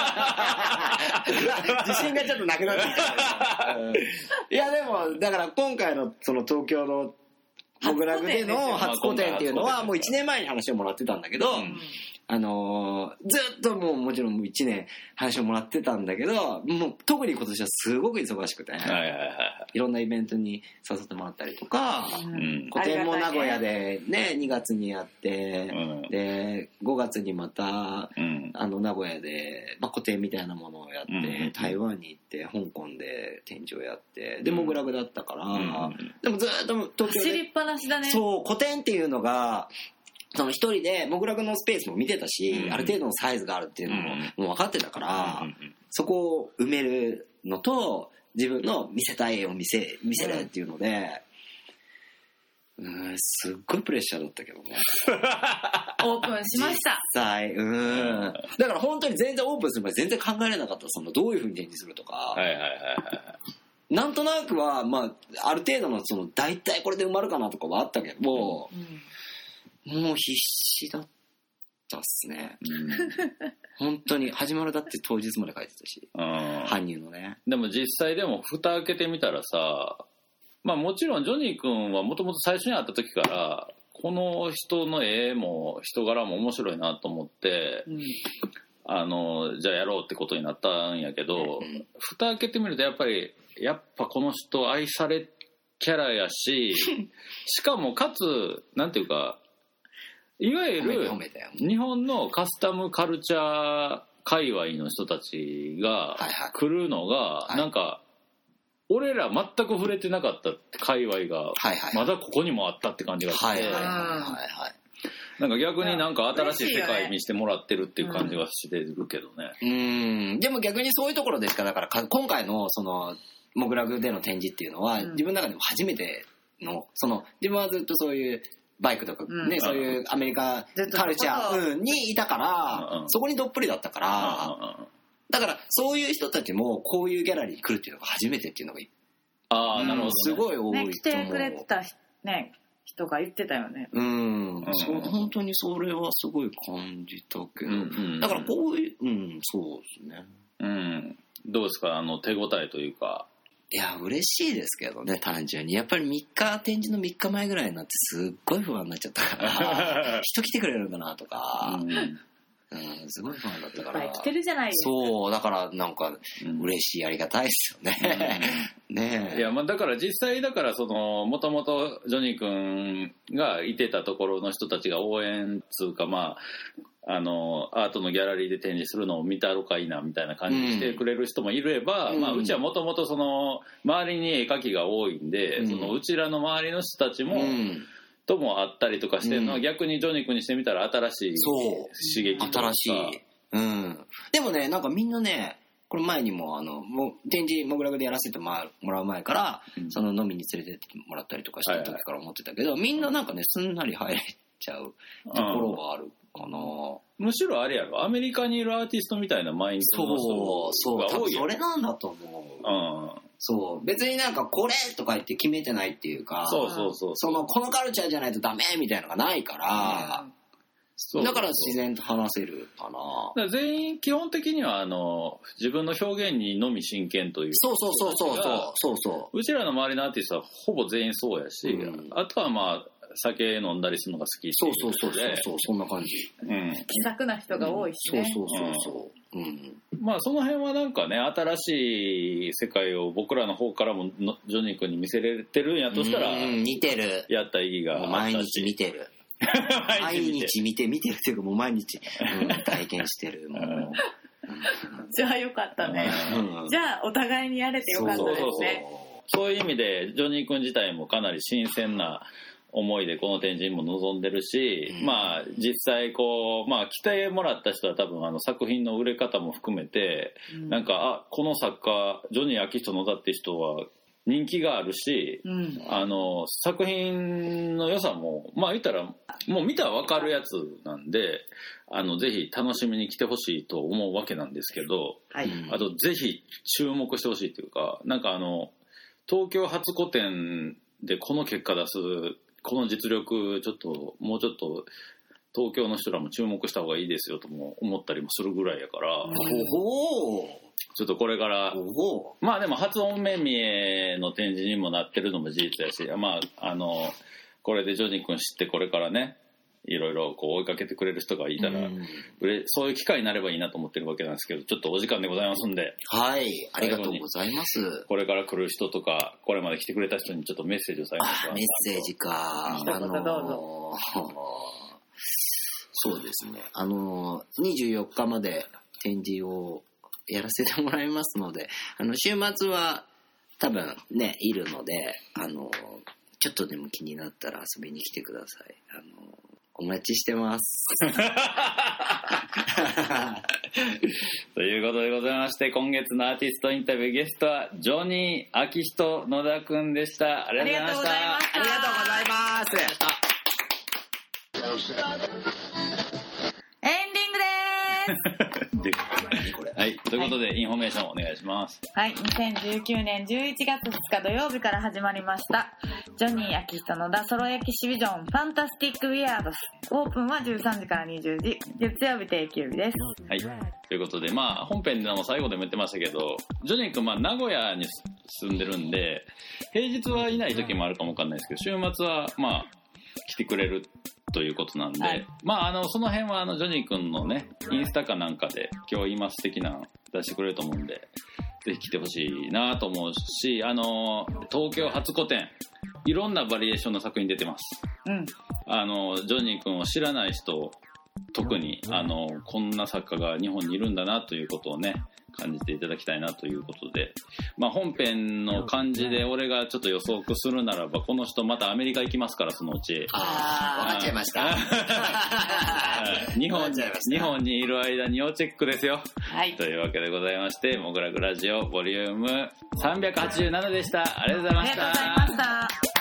自信がちょっとなくなってきたいやでもだから今回のその東京のモグラグでの初個展っていうのはもう1年前に話をもらってたんだけど、ずっともちろん1年話をもらってたんだけど、もう特に今年はすごく忙しくて、いろんなイベントに誘ってもらったりとか、個展も名古屋でね2月にやって、で5月にまた名古屋で個展みたいなものをやって、台湾に行って香港で展示をやって、でモグラグだったから、でもずっと東京で走りっぱなしだね。 そう個展っていうのがその一人でモグラグのスペースも見てたし、ある程度のサイズがあるっていうのももう分かってたから、そこを埋めるのと自分の見せたい絵を見せるっていうので、すっごいプレッシャーだったけどねオープンしました。 実際だから本当に全然オープンする前全然考えれなかった、そのどういう風に展示するとか、なんとなくはある程度のその大体これで埋まるかなとかはあったけども、もう必死だったっすね、本当に始まるだって当日まで書いてたし、搬入のね。 でも実際でも蓋開けてみたらさ、もちろんジョニー君はもともと最初に会った時からこの人の絵も人柄も面白いなと思って、じゃあやろうってことになったんやけど、蓋開けてみるとやっぱこの人愛されキャラやししかもかつなんていうか、いわゆる日本のカスタムカルチャー界隈の人たちが来るのがなんか俺ら全く触れてなかった界隈がまだここにもあったって感じがして、なんか逆になんか新しい世界見せてもらってるっていう感じがしてるけどね。 でも逆にそういうところでしか、だから今回のそのモグラグでの展示っていうのは自分の中でも初めての、その自分はずっとそういうバイクとかね、そういうアメリカカルチャーにいたから、そこにどっぷりだったから、だからそういう人たちもこういうギャラリーに来るっていうのが初めてっていうのがなるほど、 すごい多いと思う。 来てくれてた人が言ってたよね。 本当にそれはすごい感じたけど、だからこういうそうですね。 どうですか、手応えというか。 いや嬉しいですけどね、単純にやっぱり展示の3日前ぐらいになってすっごい不安になっちゃったから人来てくれるのかなとか、すごい不安だったから。 来てるじゃないですか。 そうだからなんか嬉しい、ありがたいですよね。ねえ。 いやだから実際だからそのもともとジョニー君がいてたところの人たちが応援つうかアートのギャラリーで展示するのを見たろかいなみたいな感じにしてくれる人もいれば、うちはもともとその周りに絵描きが多いんで、そのうちらの周りの人たちも、ともあったりとかしてるのは、逆にジョニー君にしてみたら新しい刺激とか。 新しい。でもね、なんかみんなね、これ前にも展示モグラグでやらせてもらう前から、その飲みに連れてってもらったりとかした時から思ってたけど、みんななんかねすんなり入れちゃうところがあるかな。 むしろあれやろ、アメリカにいるアーティストみたいなマインドの人が多いやろ。 それなんだと思う。そう別になんかこれとか言って決めてないっていうか、このカルチャーじゃないとダメみたいなのがないから、だから自然と話せるかな。 だから全員基本的には自分の表現にのみ真剣という。 そううちらの周りのアーティストはほぼ全員そうやし、あとは酒飲んだりするのが好き。 そうそんな感じ。 気さくな人が多いしね。 その辺はなんかね、新しい世界を僕らの方からもジョニー君に見せれてるんやとしたら、 似てる。 やった意義があったし。 毎日見てる。毎日見てるっていうかもう毎日体験してる。 じゃあよかったね。じゃあお互いにやれてよかったですね。 そういう意味でジョニー君自体もかなり新鮮な思いでこの展示にも臨んでるし、まあ実際こう、まあ来てもらった人は多分作品の売れ方も含めて、なんかこの作家ジョニー秋人野田って人は人気があるし、作品の良さもまあ言ったらもう見たら分かるやつなんで、ぜひ楽しみに来てほしいと思うわけなんですけど、 はい、 あとぜひ注目してほしいというか、なんか東京初個展でこの結果出すこの実力もうちょっと東京の人らも注目した方がいいですよとも思ったりもするぐらいやから、ちょっとこれからまあでも初お目見えの展示にもなってるのも事実やし、まあこれでジョニー君知ってこれからねいろいろこう追いかけてくれる人がいたら、そういう機会になればいいなと思ってるわけなんですけど、ちょっとお時間でございますんで、 はい、ありがとうございます。 これから来る人とかこれまで来てくれた人にちょっとメッセージをされますか。 メッセージか、そうですね、24日まで展示をやらせてもらいますので、週末は多分ねいるので、ちょっとでも気になったら遊びに来てください。お待ちしてますということでございまして、今月のアーティストインタビューゲストはジョニー秋人野田くんでした。ありがとうございました。 ありがとうございます。 エンディングですはい、ということで、インフォメーションお願いします。 はい、2019年11月2日土曜日から始まりましたジョニー秋人野田ソロエキシビジョンファンタスティックウィアードス。オープンは13時から20時、月曜日定休日です。 はい、ということで、まあ本編でも最後でも言ってましたけど、ジョニー君名古屋に住んでるんで、平日はいない時もあるかもわかんないですけど、週末はまあ来てくれるということなんで、はい、まあその辺はジョニー君のねインスタかなんかで今日言います的なの出してくれると思うんで、ぜひ来てほしいなと思うし、東京初個展いろんなバリエーションの作品出てます。ジョニー君を知らない人特にこんな作家が日本にいるんだなということをね感じていただきたいなということで、まあ、本編の感じで俺がちょっと予測するならば、この人またアメリカ行きますから、そのうち。 分かっちゃいました日本にいる間に要チェックですよ、 はい、 というわけでございまして、もぐらくラジオボリューム387でした。ありがとうございました。